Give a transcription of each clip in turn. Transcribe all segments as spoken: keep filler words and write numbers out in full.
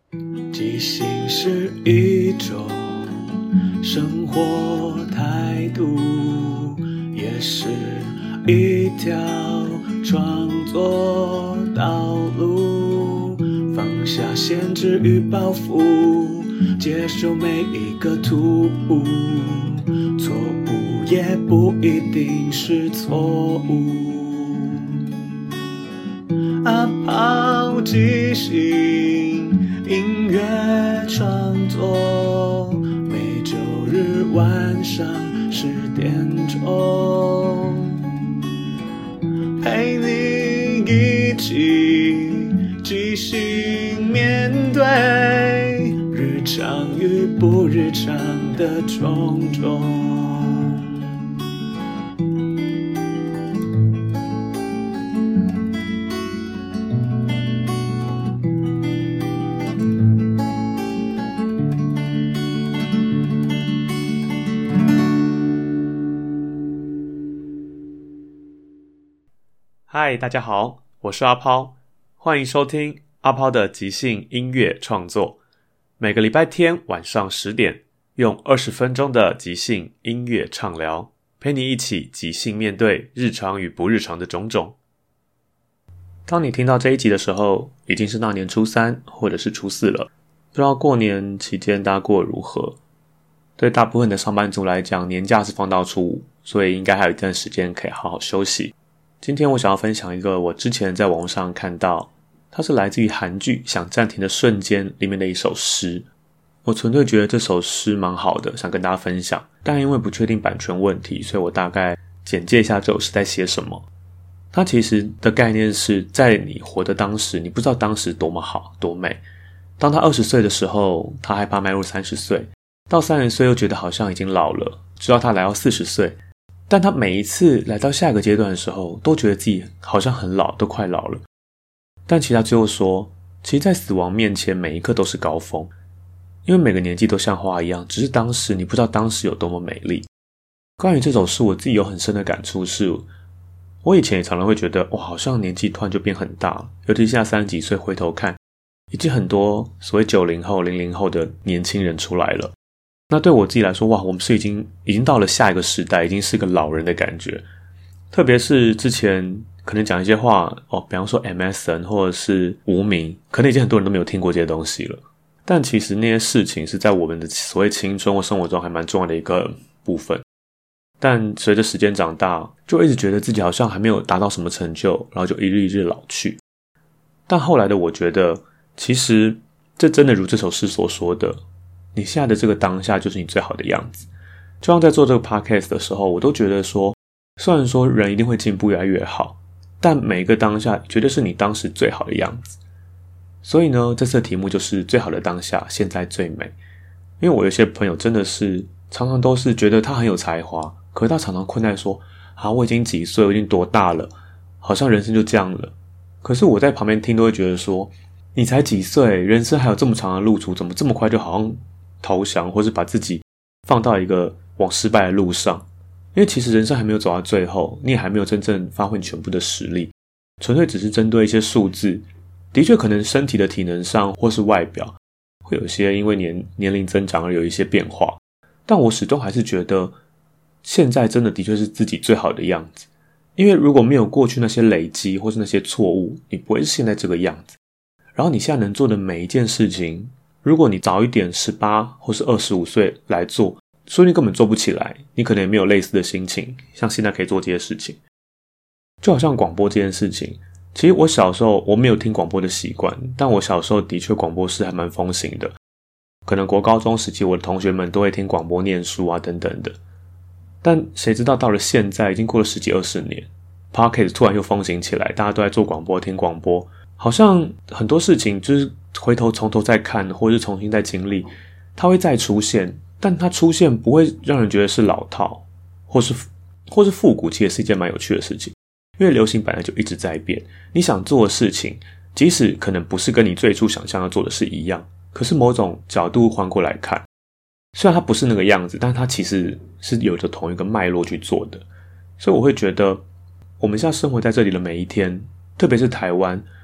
即兴是一种生活态度，也是一条创作道路。放下限制与包袱，接受每一个突兀，错误也不一定是错误。阿抛即兴音乐创作，每周日晚上十点钟，陪你一起即兴面对日常与不日常的种种。 嗨，大家好，我是阿抛，欢迎收听阿抛的即兴音乐创作。每个礼拜天晚上十点，用二十分钟的即兴音乐畅聊，陪你一起即兴面对日常与不日常的种种。当你听到这一集的时候，已经是大年初三或者是初四了，不知道过年期间大家过得如何？对大部分的上班族来讲，年假是放到初五，所以应该还有一段时间可以好好休息。今天我想要分享一个我之前在网络上看到，它是来自于韩剧《想暂停的瞬间》里面的一首诗。我纯粹觉得这首诗蛮好的，想跟大家分享，但因为不确定版权问题，所以我大概简介一下这首诗在写什么。它其实的概念是在你活的当时，你不知道当时多么好多美。当他二十岁的时候，他害怕迈入三十岁，到三十岁又觉得好像已经老了，直到他来到四十岁，但他每一次来到下一个阶段的时候，都觉得自己好像很老，都快老了。但其实他最后说，其实在死亡面前，每一刻都是高峰，因为每个年纪都像花一样，只是当时你不知道当时有多么美丽。关于这首诗，我自己有很深的感触是，我以前也常常会觉得，哇，好像年纪突然就变很大了，尤其现在三十几岁回头看，已经很多所谓九零后、零零后的年轻人出来了。那对我自己来说，哇，我们是已经已经到了下一个时代，已经是个老人的感觉。特别是之前可能讲一些话哦，比方说 M S N 或者是无名，可能已经很多人都没有听过这些东西了。但其实那些事情是在我们的所谓青春或生活中还蛮重要的一个部分。但随着时间长大，就一直觉得自己好像还没有达到什么成就，然后就一日一日老去。但后来的我觉得，其实这真的如这首诗所说的，你现在的这个当下就是你最好的样子。就像在做这个 podcast 的时候，我都觉得说，虽然说人一定会进步越来越好，但每一个当下绝对是你当时最好的样子。所以呢，这次的题目就是最好的当下，现在最美。因为我有些朋友真的是常常都是觉得他很有才华，可是他常常困在说，啊，我已经几岁，我已经多大了，好像人生就这样了。可是我在旁边听都会觉得说，你才几岁，人生还有这么长的路途，怎么这么快就好像投降，或是把自己放到一个往失败的路上？因为其实人生还没有走到最后，你也还没有真正发挥你全部的实力，纯粹只是针对一些数字，的确可能身体的体能上或是外表会有一些因为年年龄增长而有一些变化，但我始终还是觉得现在真的的确是自己最好的样子。因为如果没有过去那些累积或是那些错误，你不会是现在这个样子。然后你现在能做的每一件事情，如果你早一点十八或是二十五岁来做，说不定根本做不起来，你可能也没有类似的心情，像现在可以做这些事情。就好像广播这件事情，其实我小时候我没有听广播的习惯，但我小时候的确广播是还蛮风行的，可能国高中时期我的同学们都会听广播念书啊等等的。但谁知道到了现在已经过了十几二十年， Podcast 突然又风行起来，大家都在做广播听广播，好像很多事情就是回头从头再看，或是重新再经历，它会再出现，但它出现不会让人觉得是老套或是或是复古，其实是一件蛮有趣的事情。因为流行本来就一直在变，你想做的事情即使可能不是跟你最初想象要做的事一样，可是某种角度换过来看，虽然它不是那个样子，但它其实是有着同一个脉络去做的。所以我会觉得我们现在生活在这里的每一天，特别是台湾，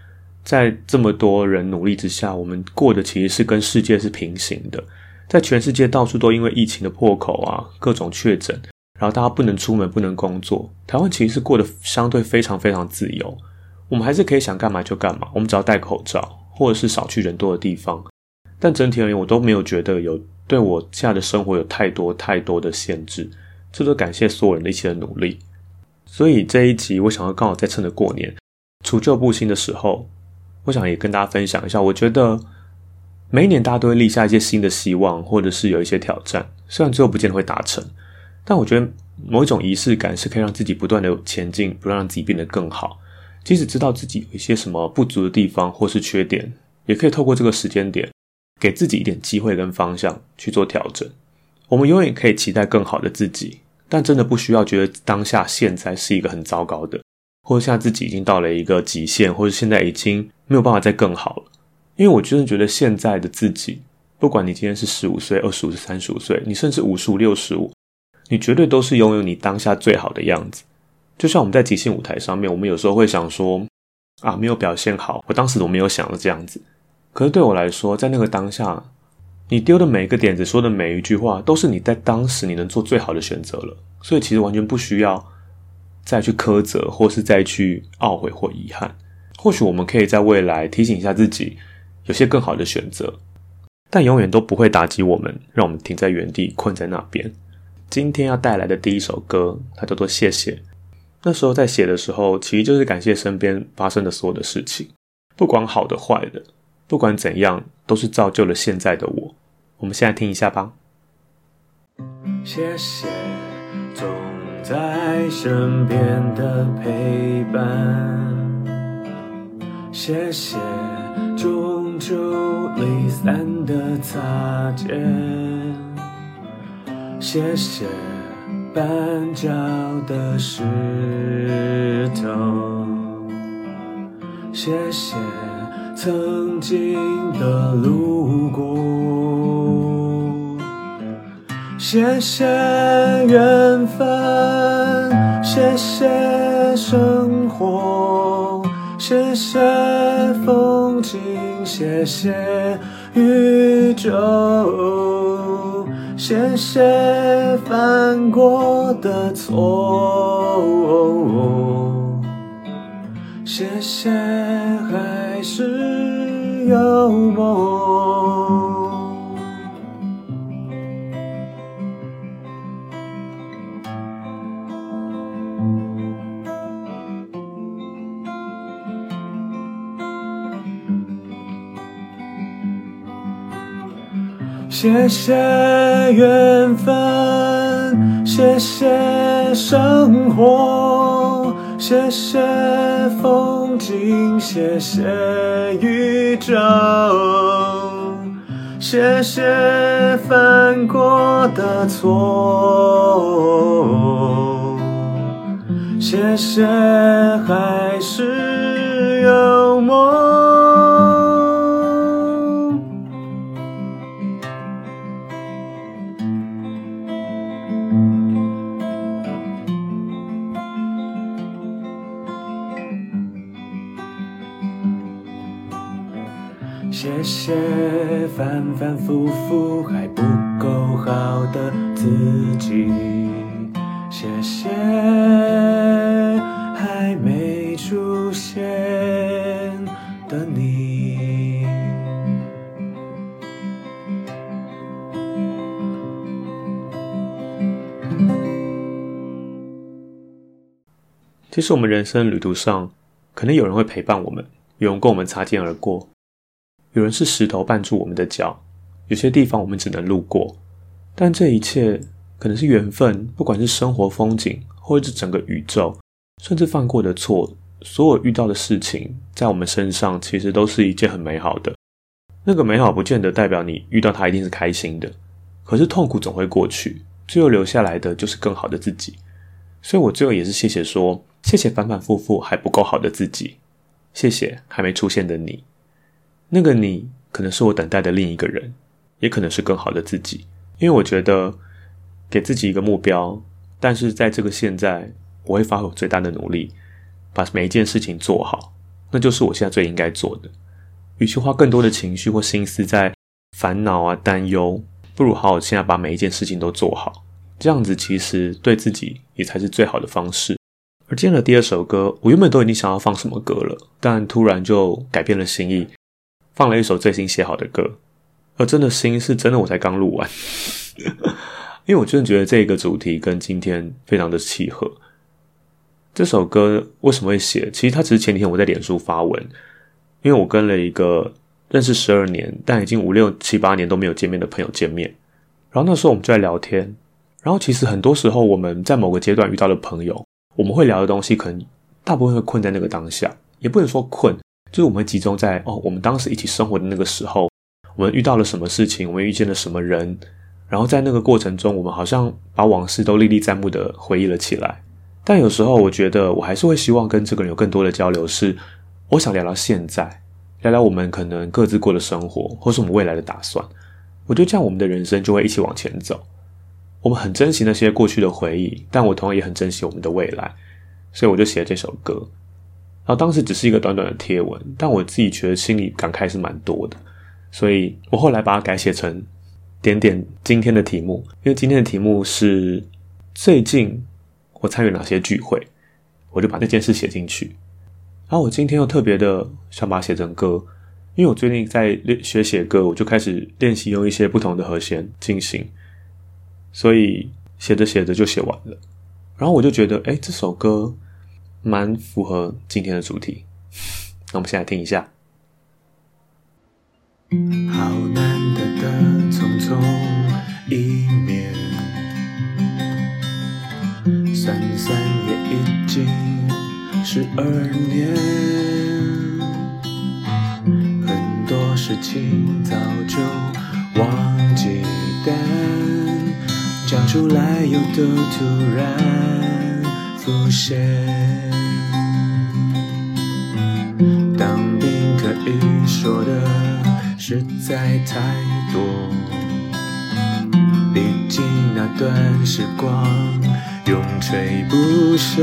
在这么多人努力之下，我们过的其实是跟世界是平行的。在全世界到处都因为疫情的破口啊，各种确诊，然后大家不能出门不能工作，台湾其实是过得相对非常非常自由，我们还是可以想干嘛就干嘛，我们只要戴口罩或者是少去人多的地方，但整体而言我都没有觉得有对我现在的生活有太多太多的限制，这都感谢所有人的一起的努力。所以这一集我想要刚好在趁着过年除旧布新的时候，我想也跟大家分享一下，我觉得每一年大家都会立下一些新的希望，或者是有一些挑战，虽然最后不见得会达成，但我觉得某一种仪式感是可以让自己不断的前进，不让自己变得更好。即使知道自己有一些什么不足的地方或是缺点，也可以透过这个时间点给自己一点机会跟方向去做调整。我们永远可以期待更好的自己，但真的不需要觉得当下现在是一个很糟糕的，或者现在自己已经到了一个极限，或者现在已经没有办法再更好了。因为我真的觉得现在的自己，不管你今天是十五岁、二十五岁、三十五岁，你甚至五十五、六十五，你绝对都是拥有你当下最好的样子。就像我们在即兴舞台上面，我们有时候会想说啊，没有表现好，我当时都没有想到这样子。可是对我来说，在那个当下，你丢的每一个点子，说的每一句话，都是你在当时你能做最好的选择了。所以其实完全不需要再去苛责，或是再去懊悔或遗憾。或许我们可以在未来提醒一下自己，有些更好的选择，但永远都不会打击我们，让我们停在原地困在那边。今天要带来的第一首歌，它叫做谢谢。那时候在写的时候，其实就是感谢身边发生的所有的事情，不管好的坏的，不管怎样，都是造就了现在的我。我们现在听一下吧。 谢谢总在身边的陪伴，谢谢终究离散的擦肩，谢谢绊脚的石头，谢谢曾经的路过，谢谢缘分，谢谢生活，谢谢风景，谢谢宇宙，谢谢犯过的错，谢谢还是有梦。谢谢缘分，谢谢生活，谢谢风景，谢谢宇宙，谢谢犯过的错，谢谢还是有梦。谢谢反反复复还不够好的自己，谢谢还没出现的你。 其实我们人生旅途上，可能有人会陪伴我们，有人跟我们擦肩而过，有人是石头绊住我们的脚，有些地方我们只能路过，但这一切可能是缘分，不管是生活风景，或者是整个宇宙，甚至犯过的错，所有遇到的事情，在我们身上其实都是一件很美好的。那个美好不见得代表你遇到它一定是开心的，可是痛苦总会过去，最后留下来的就是更好的自己。所以我最后也是谢谢说，谢谢反反复复还不够好的自己，谢谢还没出现的你。那个你可能是我等待的另一个人，也可能是更好的自己。因为我觉得给自己一个目标，但是在这个现在我会发挥我最大的努力，把每一件事情做好， 那就是我现在最应该做的。与其花更多的情绪或心思在烦恼啊、担忧，不如好好现在把每一件事情都做好，这样子其实对自己也才是最好的方式。而今天的第二首歌，我原本都已经想要放什么歌了，但突然就改变了心意，放了一首最新写好的歌。而真的心是真的我才刚录完因为我真的觉得这个主题跟今天非常的契合。这首歌为什么会写？其实它只是前几天我在脸书发文，因为我跟了一个认识十二年但已经五六七八年都没有见面的朋友见面，然后那时候我们就在聊天，然后其实很多时候我们在某个阶段遇到的朋友，我们会聊的东西可能大部分会困在那个当下，也不能说困，就是我们会集中在哦，我们当时一起生活的那个时候，我们遇到了什么事情，我们遇见了什么人，然后在那个过程中我们好像把往事都历历在目的回忆了起来。但有时候我觉得我还是会希望跟这个人有更多的交流，是我想聊聊现在，聊聊我们可能各自过的生活，或是我们未来的打算。我觉得这样我们的人生就会一起往前走。我们很珍惜那些过去的回忆，但我同样也很珍惜我们的未来，所以我就写了这首歌。然后当时只是一个短短的贴文，但我自己觉得心里感慨是蛮多的，所以我后来把它改写成点点今天的题目，因为今天的题目是最近我参与哪些聚会，我就把这件事写进去。然后我今天又特别的想把它写成歌，因为我最近在学写歌，我就开始练习用一些不同的和弦进行，所以写着写着就写完了。然后我就觉得诶，这首歌蛮符合今天的主题，那我们现在听一下。 好难得的匆匆一面，算算也已经十二年，很多事情早就忘记，但讲出来又都突然浮现。当兵可以说的实在太多，毕竟那段时光永垂不朽，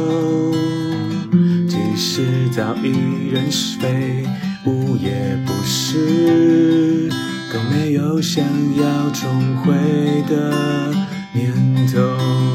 即使早已人非物也不是，更没有想要重回的念头。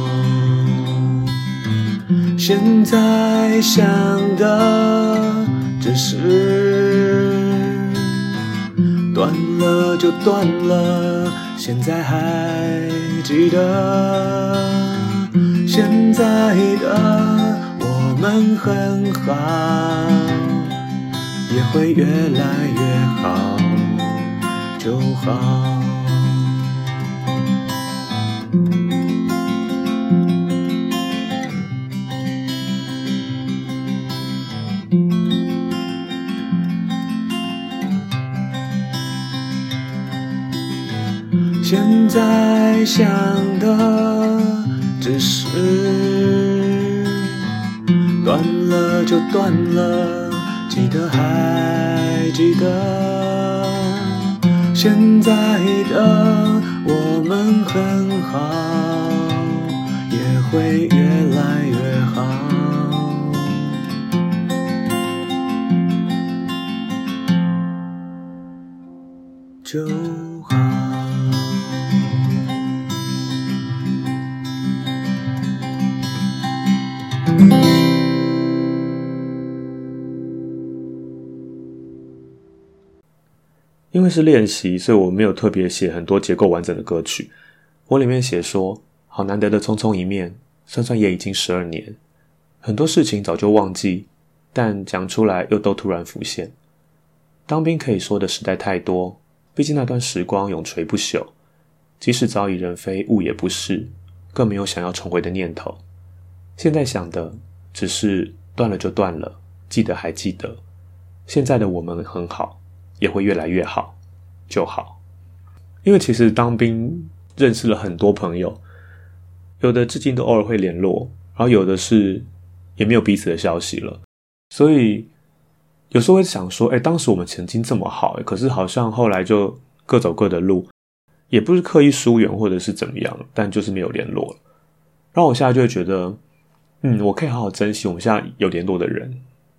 现在想的只是断了就断了，现在还记得现在的我们很好，也会越来越好就好。现在想的只是断了就断了，记得还记得现在的我们很好，也会越来越好就好。 因为是练习，所以我没有特别写很多结构完整的歌曲。我里面写说，好难得的匆匆一面，算算也已经十二年，很多事情早就忘记，但讲出来又都突然浮现。当兵可以说的实在太多，毕竟那段时光永垂不朽，即使早已人非物也不是，更没有想要重回的念头。现在想的只是断了就断了，记得还记得现在的我们很好，也会越来越好就好。因为其实当兵认识了很多朋友，有的至今都偶尔会联络，然后有的是也没有彼此的消息了，所以有时候会想说，诶，当时我们曾经这么好，可是好像后来就各走各的路，也不是刻意疏远或者是怎么样，但就是没有联络了。然后我现在就会觉得嗯，我可以好好珍惜我们现在有联络的人，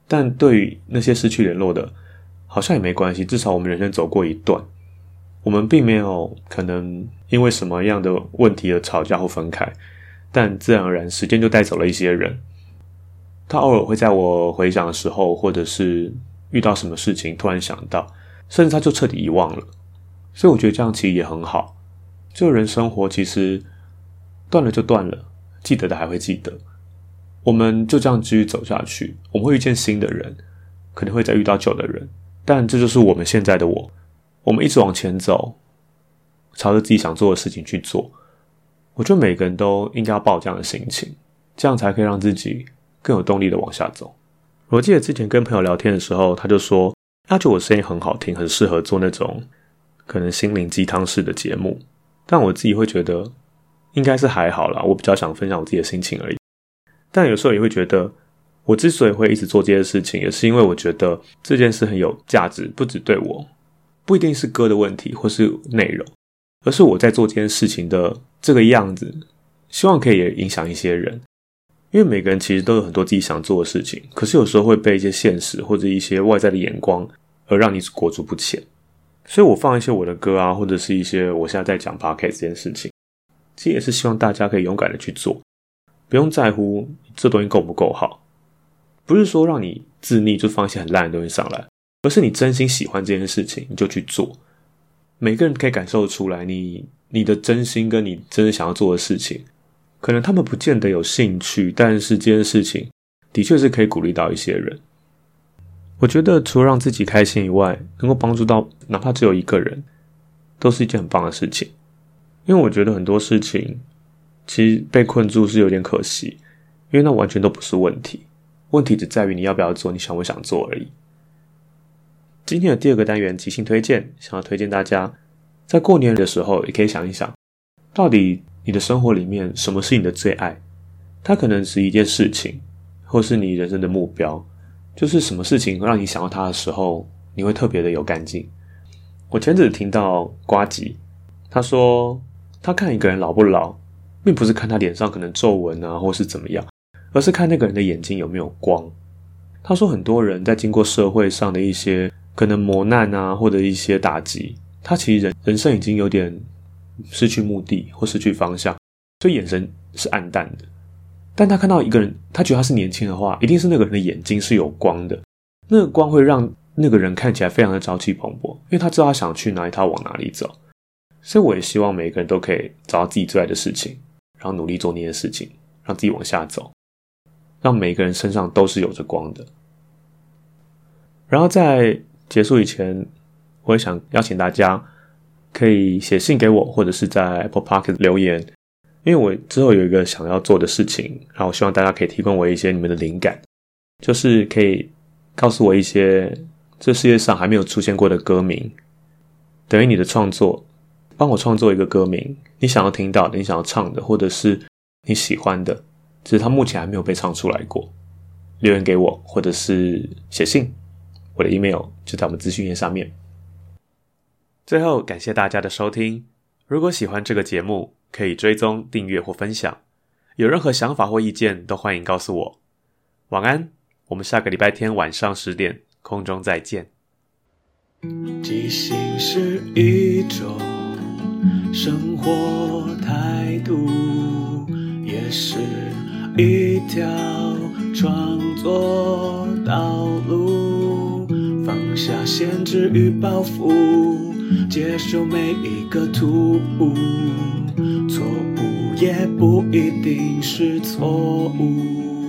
但对于那些失去联络的，好像也没关系，至少我们人生走过一段，我们并没有可能因为什么样的问题而吵架或分开，但自然而然时间就带走了一些人。他偶尔会在我回想的时候，或者是遇到什么事情突然想到，甚至他就彻底遗忘了。所以我觉得这样其实也很好，就人生活其实断了就断了，记得的还会记得，我们就这样继续走下去。我们会遇见新的人，可能会再遇到旧的人，但这就是我们现在的我。我们一直往前走，朝着自己想做的事情去做。我觉得每个人都应该要抱这样的心情，这样才可以让自己更有动力的往下走。我记得之前跟朋友聊天的时候，他就说他觉得我声音很好听，很适合做那种可能心灵鸡汤式的节目，但我自己会觉得应该是还好啦，我比较想分享我自己的心情而已。但有时候也会觉得，我之所以会一直做这些事情，也是因为我觉得这件事很有价值，不只对我，不一定是歌的问题或是内容，而是我在做这件事情的这个样子，希望可以也影响一些人。因为每个人其实都有很多自己想做的事情，可是有时候会被一些现实或者一些外在的眼光而让你裹足不前。所以我放一些我的歌啊，或者是一些我现在在讲 podcast 这件事情，其实也是希望大家可以勇敢的去做，不用在乎这东西够不够好，不是说让你自溺就放一些很烂的东西上来，而是你真心喜欢这件事情你就去做。每个人可以感受出来你你的真心跟你真的想要做的事情，可能他们不见得有兴趣，但是这件事情的确是可以鼓励到一些人。我觉得除了让自己开心以外，能够帮助到哪怕只有一个人，都是一件很棒的事情。因为我觉得很多事情其实被困住是有点可惜，因为那完全都不是问题，问题只在于你要不要做，你想不想做而已。今天的第二个单元即兴推荐，想要推荐大家在过年的时候也可以想一想，到底你的生活里面什么是你的最爱？它可能是一件事情，或是你人生的目标，就是什么事情让你想到它的时候你会特别的有干劲。我前阵子听到呱吉，他说他看一个人老不老，并不是看他脸上可能皱纹啊或是怎么样，而是看那个人的眼睛有没有光。他说很多人在经过社会上的一些可能磨难啊，或者一些打击，他其实人人生已经有点失去目的或失去方向，所以眼神是暗淡的。但他看到一个人，他觉得他是年轻的话，一定是那个人的眼睛是有光的，那个光会让那个人看起来非常的朝气蓬勃，因为他知道他想去哪里，他往哪里走。所以我也希望每个人都可以找到自己最爱的事情，然后努力做那些事情，让自己往下走，让每个人身上都是有着光的。然后在结束以前，我也想邀请大家可以写信给我，或者是在 Apple Podcast 留言，因为我之后有一个想要做的事情，然后我希望大家可以提供我一些你们的灵感，就是可以告诉我一些这世界上还没有出现过的歌名，等于你的创作，帮我创作一个歌名，你想要听到的，你想要唱的，或者是你喜欢的，只是它目前还没有被唱出来过，留言给我，或者是写信，我的 email 就在我们资讯页上面。最后感谢大家的收听，如果喜欢这个节目，可以追踪、订阅或分享，有任何想法或意见都欢迎告诉我。晚安，我们下个礼拜天晚上十点空中再见。 即兴是一种生活态度，也是一条创作道路，放下限制与包袱，接受每一个突兀，错误也不一定是错误。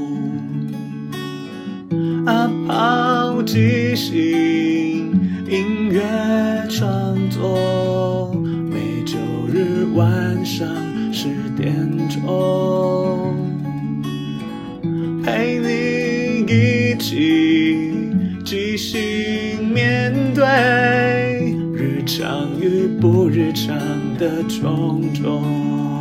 阿炮即兴音乐创作，每周日晚上十点钟，陪你一起即兴面对日常与不日常的种种。